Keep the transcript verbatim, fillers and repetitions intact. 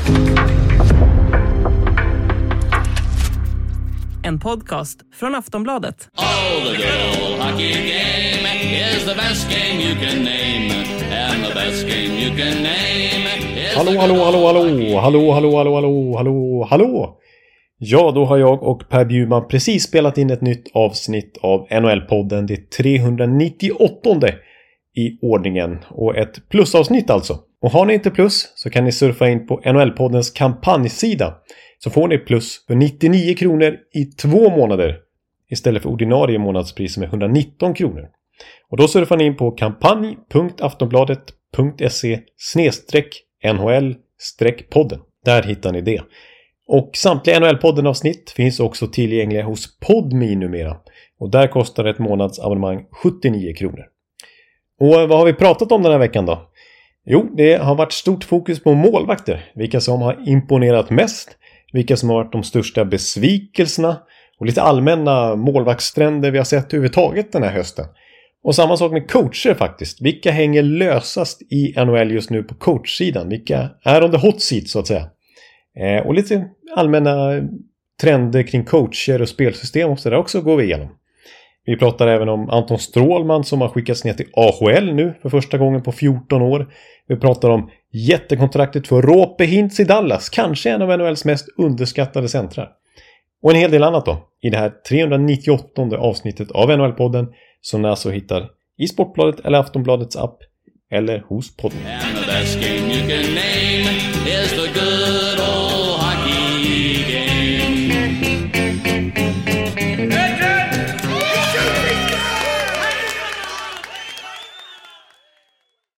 En podcast från Aftonbladet. Oh, the good old hockey game is the best game you can name. And the best game you can name is Hallå, hallå, hallå, hallå, hallå, hallå, hallå, hallå, hallå, hallå. Ja, då har jag och Per Bjurman precis spelat in ett nytt avsnitt av N H L-podden. Det är trehundranittioåttonde i ordningen och ett plusavsnitt alltså. Och har ni inte plus så kan ni surfa in på N H L-poddens kampanjsida. Så får ni plus för nittionio kronor i två månader istället för ordinarie månadspris som är etthundranitton kronor. Och då surfar ni in på kampanj punkt aftonbladet punkt se snedstreck nhl streck podden. Där hittar ni det. Och samtliga N H L-podden avsnitt finns också tillgängliga hos Podme numera. Och där kostar ett månadsabonnemang sjuttionio kronor. Och vad har vi pratat om den här veckan då? Jo, det har varit stort fokus på målvakter. Vilka som har imponerat mest. Vilka som har varit de största besvikelserna. Och lite allmänna målvaktstrender vi har sett överhuvudtaget den här hösten. Och samma sak med coacher faktiskt. Vilka hänger lösast i N H L just nu på coachsidan? Vilka är on the hot seat så att säga? Eh, och lite allmänna trender kring coacher och spelsystem och så där också går vi igenom. Vi pratar även om Anton Strålman som har skickats ner till A H L nu för första gången på fjorton år. Vi pratar om jättekontraktet för Roope Hintz i Dallas. Kanske en av N H L:s mest underskattade centrar. Och en hel del annat då. I det här trehundranittioåttonde avsnittet av N H L-podden som ni alltså hittar i Sportbladet eller Aftonbladets app eller hos podden. And the best game you can name is the good